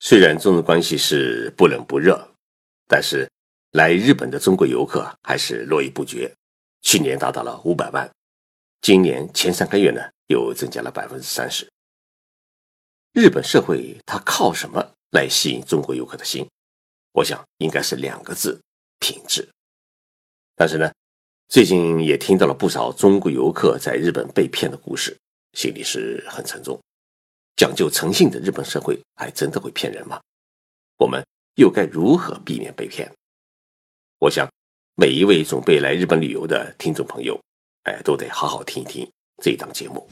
虽然中日关系是不冷不热，但是来日本的中国游客还是络绎不绝，去年达到了500万，今年前3个月呢又增加了30%。日本社会它靠什么来吸引中国游客的心？我想应该是2个字：品质。但是呢，最近也听到了不少中国游客在日本被骗的故事，心里是很沉重。讲究诚信的日本社会还真的会骗人吗？我们又该如何避免被骗？我想每一位准备来日本旅游的听众朋友，都得好好听一听这一档节目。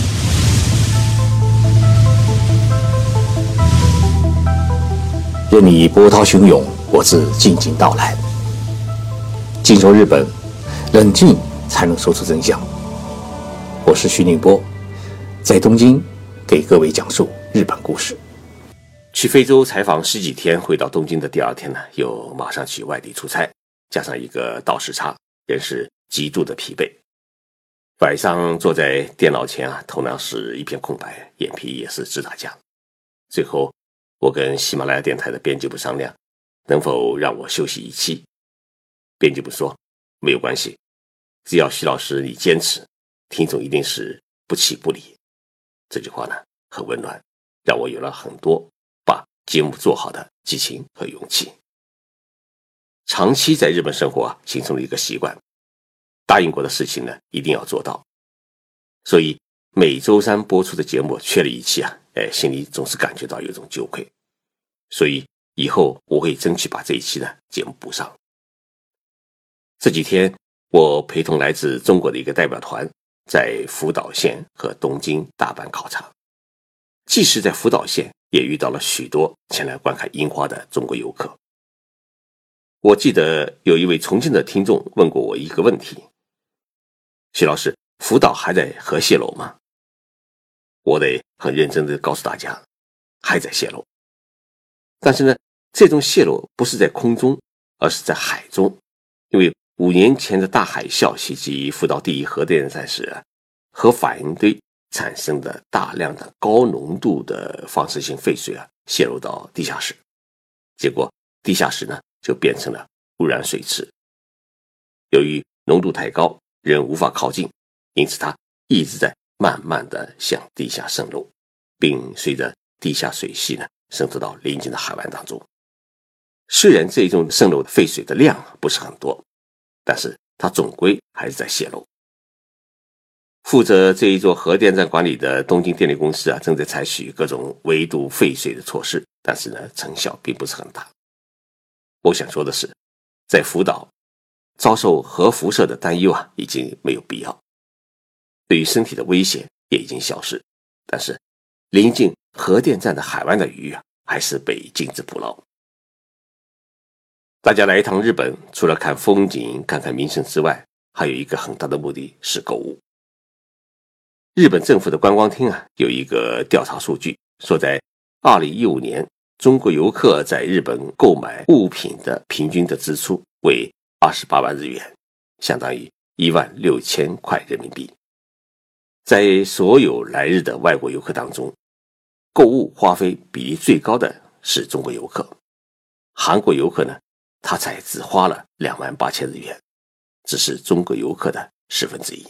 任你波涛汹涌，我自静静到来。静说日本，冷静才能说出真相。我是徐宁波，在东京给各位讲述日本故事。 去非洲采访10几天，回到东京的第2天呢，又马上去外地出差，加上一个倒时差，人是极度的疲惫。晚上坐在电脑前头脑是一片空白，眼皮也是直打架。最后我跟喜马拉雅电台的编辑部商量，能否让我休息1期。编辑部说没有关系，只要徐老师你坚持，听众一定是不弃不离。这句话呢很温暖，让我有了很多把节目做好的激情和勇气。长期在日本生活形成了一个习惯，答应过的事情呢一定要做到。所以每周3播出的节目缺了1期心里总是感觉到有一种羞愧。所以以后我会争取把这一期的节目补上。这几天我陪同来自中国的一个代表团在福岛县和东京、大阪考察，即使在福岛县也遇到了许多前来观看樱花的中国游客。我记得有一位重庆的听众问过我一个问题：徐老师，福岛还在核泄漏吗？我得很认真地告诉大家，还在泄漏。但是呢，这种泄漏不是在空中，而是在海中。因为5年前的大海啸袭击福岛第1核电站时，核反应堆产生的大量的高浓度的放射性废水泄漏到地下室，结果地下室呢就变成了污染水池。由于浓度太高，人无法靠近，因此它一直在慢慢的向地下渗漏，并随着地下水系呢渗透到邻近的海湾当中。虽然这种渗漏的废水的量不是很多，但是它总归还是在泄漏。负责这一座核电站管理的东京电力公司正在采取各种围堵废水的措施，但是呢成效并不是很大。我想说的是，在福岛遭受核辐射的担忧已经没有必要，对于身体的威胁也已经消失，但是临近核电站的海湾的鱼还是被禁止捕捞。大家来一趟日本，除了看风景、看看名胜之外，还有一个很大的目的是购物。日本政府的观光厅有一个调查数据，说在2015年，中国游客在日本购买物品的平均的支出为28万日元，相当于16000块人民币。在所有来日的外国游客当中，购物花费比例最高的是中国游客。韩国游客呢，他才只花了28000日元，只是中国游客的1/10。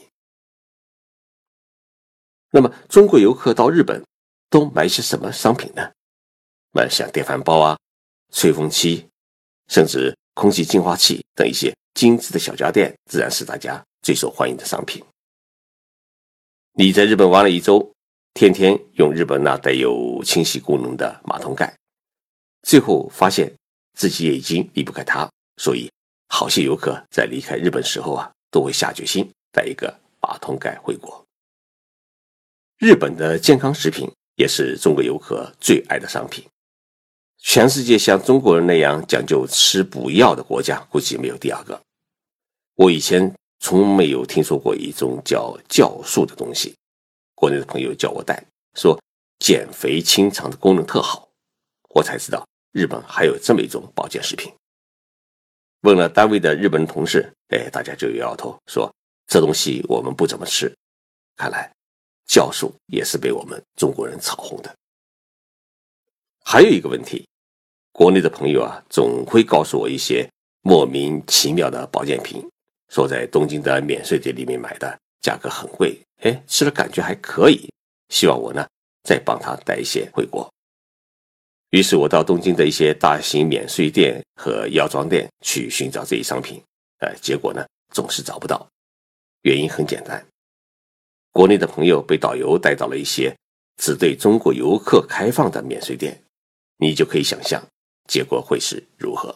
那么中国游客到日本都买些什么商品呢？像电饭煲吹风机，甚至空气净化器等一些精致的小家电，自然是大家最受欢迎的商品。你在日本玩了1周，天天用日本那带有清洗功能的马桶盖，最后发现自己也已经离不开它，所以好些游客在离开日本时候都会下决心带一个马桶盖回国。日本的健康食品也是中国游客最爱的商品。全世界像中国人那样讲究吃补药的国家估计没有第2个。我以前从没有听说过一种叫酵素的东西，国内的朋友叫我带，说减肥清肠的功能特好，我才知道日本还有这么一种保健食品。问了单位的日本同事，大家就摇摇头说这东西我们不怎么吃。看来酵素也是被我们中国人炒红的。 还有一个问题，国内的朋友啊，总会告诉我一些莫名其妙的保健品，说在东京的免税店里面买的价格很贵，吃了感觉还可以，希望我呢再帮他带一些回国。于是我到东京的一些大型免税店和药妆店去寻找这一商品，结果呢总是找不到。原因很简单，国内的朋友被导游带到了一些只对中国游客开放的免税店，你就可以想象结果会是如何。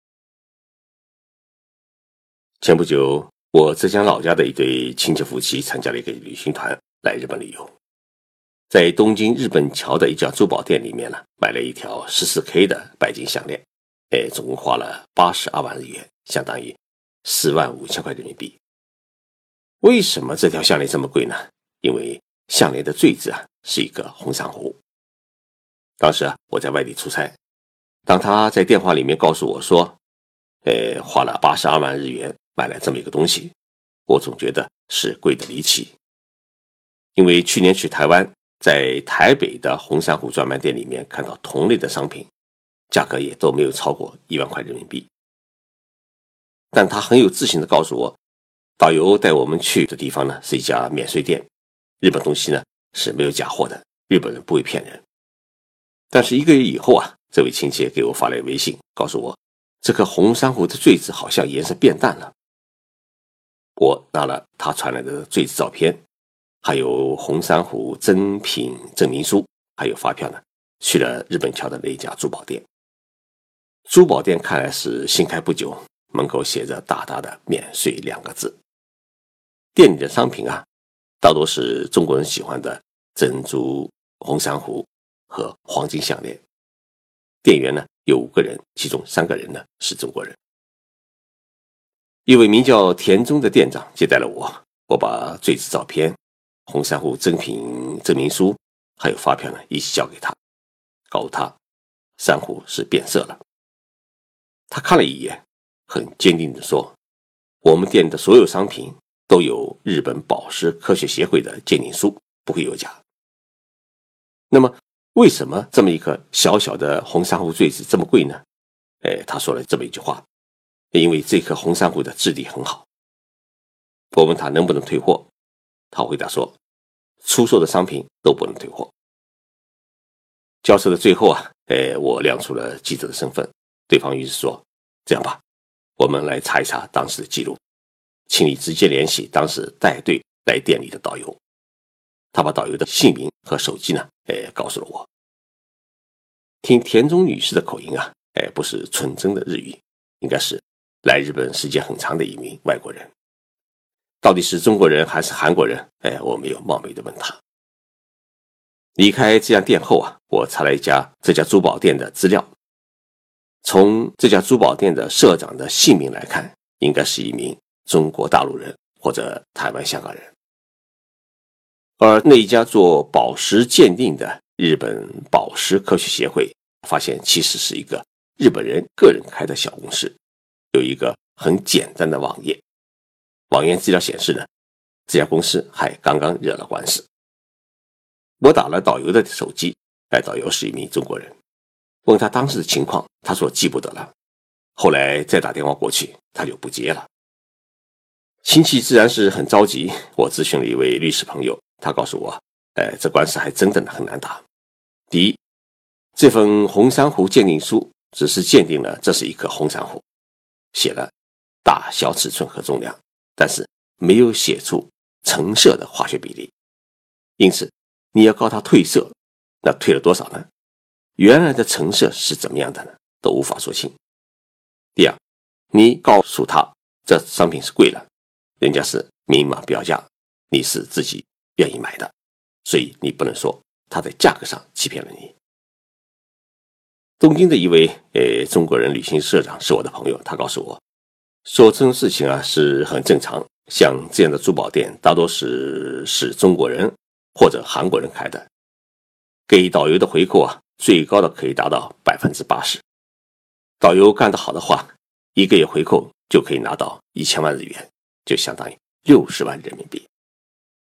前不久，我浙江老家的一对亲戚夫妻参加了一个旅行团来日本旅游，在东京日本桥的一家珠宝店里面呢，买了一条 14K 的白金项链，总共花了82万日元，相当于45000块人民币。为什么这条项链这么贵呢？因为项链的坠子是一个红珊瑚。当时我在外地出差，当他在电话里面告诉我说花了82万日元买了这么一个东西，我总觉得是贵的离奇。因为去年去台湾，在台北的红珊瑚专卖店里面看到同类的商品，价格也都没有超过1万块人民币。但他很有自信地告诉我，导游带我们去的地方呢是一家免税店，日本东西呢是没有假货的，日本人不会骗人。但是1个月以后这位亲戚给我发来微信，告诉我这颗红珊瑚的坠子好像颜色变淡了。我拿了他传来的坠子照片，还有红珊瑚真品证明书，还有发票呢，去了日本桥的那一家珠宝店。珠宝店看来是新开不久，门口写着大大的免税2个字。店里的商品大多是中国人喜欢的珍珠、红珊瑚和黄金项链。店员呢有5个人，其中3个人呢是中国人。一位名叫田中的店长接待了我，我把坠子照片、红珊瑚真品证明书还有发票呢一起交给他，告诉他珊瑚是变色了。他看了一眼，很坚定地说，我们店的所有商品都有日本宝石科学协会的鉴定书，不会有假。那么为什么这么一颗小小的红珊瑚坠子这么贵呢？他说了这么一句话，因为这颗红珊瑚的质地很好。我问他能不能退货，他回答说出售的商品都不能退货。交涉的最后我亮出了记者的身份，对方于是说，这样吧，我们来查一查当时的记录，请你直接联系当时带队来店里的导游。他把导游的姓名和手机呢告诉了我。听田中女士的口音不是纯正的日语，应该是来日本时间很长的一名外国人。到底是中国人还是韩国人？我没有冒昧的问他。离开这家店后我查了这家珠宝店的资料。从这家珠宝店的社长的姓名来看，应该是一名中国大陆人或者台湾香港人。而那一家做宝石鉴定的日本宝石科学协会，发现其实是一个日本人个人开的小公司，有一个很简单的网页。网页资料显示呢，这家公司还刚刚惹了官司。我打了导游的手机，导游是一名中国人，问他当时的情况，他说记不得了。后来再打电话过去，他就不接了。亲戚自然是很着急，我咨询了一位律师朋友，他告诉我这官司还真的很难打。第一，这份红珊瑚鉴定书只是鉴定了这是一颗红珊瑚，写了大小尺寸和重量，但是没有写出成色的化学比例。因此你要告它褪色，那褪了多少呢？原来的成色是怎么样的呢？都无法说清。第二，你告诉他这商品是贵了，人家是明码标价，你是自己愿意买的，所以你不能说他在价格上欺骗了你。东京的一位中国人旅行社长是我的朋友，他告诉我说这种事情是很正常，像这样的珠宝店大多是中国人或者韩国人开的，给导游的回扣最高的可以达到 80%。 导游干得好的话，1个月回扣就可以拿到1000万日元，就相当于60万人民币。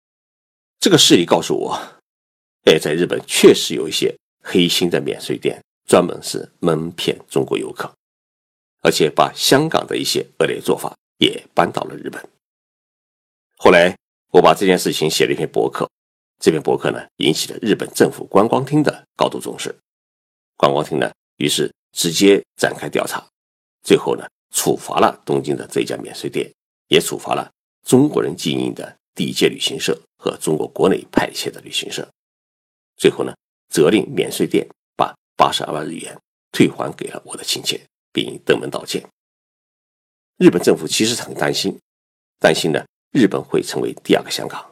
这个事例告诉我在日本确实有一些黑心的免税店专门是蒙骗中国游客，而且把香港的一些恶劣做法也搬到了日本。后来我把这件事情写了一篇博客，这篇博客呢引起了日本政府观光厅的高度重视。观光厅呢于是直接展开调查，最后呢处罚了东京的这家免税店，也处罚了中国人经营的第一届旅行社和中国国内派遣的旅行社。最后呢责令免税店把82万日元退还给了我的亲戚，并登门道歉。日本政府其实很担心呢日本会成为第二个香港。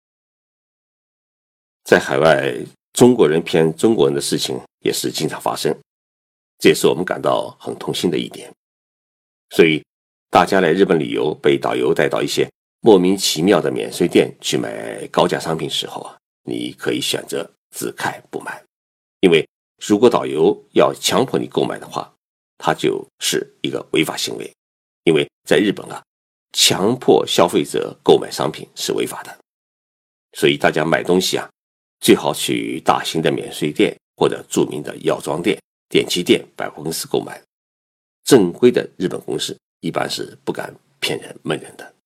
在海外，中国人骗中国人的事情也是经常发生，这也是我们感到很痛心的一点。所以大家来日本旅游，被导游带到一些莫名其妙的免税店去买高价商品时候你可以选择只看不买。因为如果导游要强迫你购买的话，它就是一个违法行为。因为在日本强迫消费者购买商品是违法的。所以大家买东西最好去大型的免税店或者著名的药妆店、电器店、百货公司购买。正规的日本公司一般是不敢骗人蒙人的。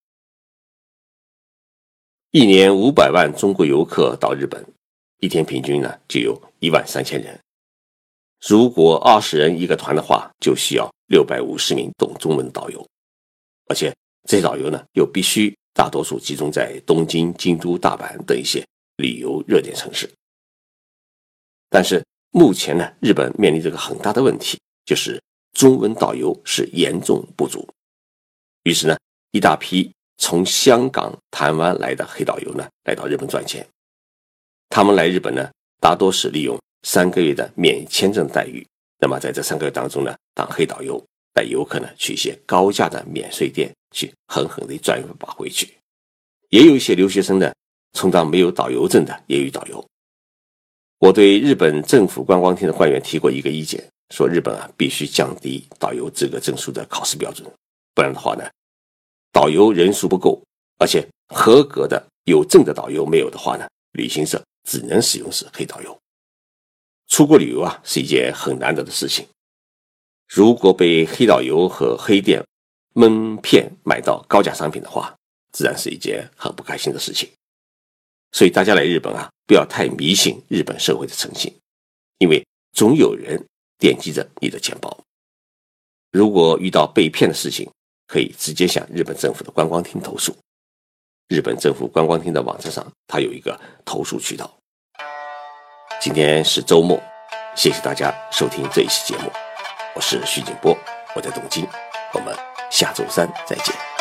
一年500万中国游客到日本，一天平均就有13000人。如果20人一个团的话，就需要650名懂中文的导游，而且这些导游又必须大多数集中在东京、京都、大阪等一些旅游热点城市。但是目前日本面临这个很大的问题，就是中文导游是严重不足。于是一大批从香港、台湾来的黑导游来到日本赚钱。他们来日本大多是利用3个月的免签证待遇，那么在这3个月当中当黑导游，带游客去一些高价的免税店去狠狠地赚一把回去。也有一些留学生充当没有导游证的业余导游。我对日本政府观光厅的官员提过一个意见，说日本必须降低导游资格证书的考试标准，不然的话导游人数不够，而且合格的有证的导游没有的话旅行社只能使用是黑导游。出国旅游是一件很难得的事情，如果被黑导游和黑店蒙骗买到高价商品的话，自然是一件很不开心的事情。所以大家来日本不要太迷信日本社会的诚信，因为总有人惦记着你的钱包。如果遇到被骗的事情，可以直接向日本政府的观光厅投诉。日本政府观光厅的网站上它有一个投诉渠道。今天是周末，谢谢大家收听这一期节目，我是徐景波，我在东京，我们下周3再见。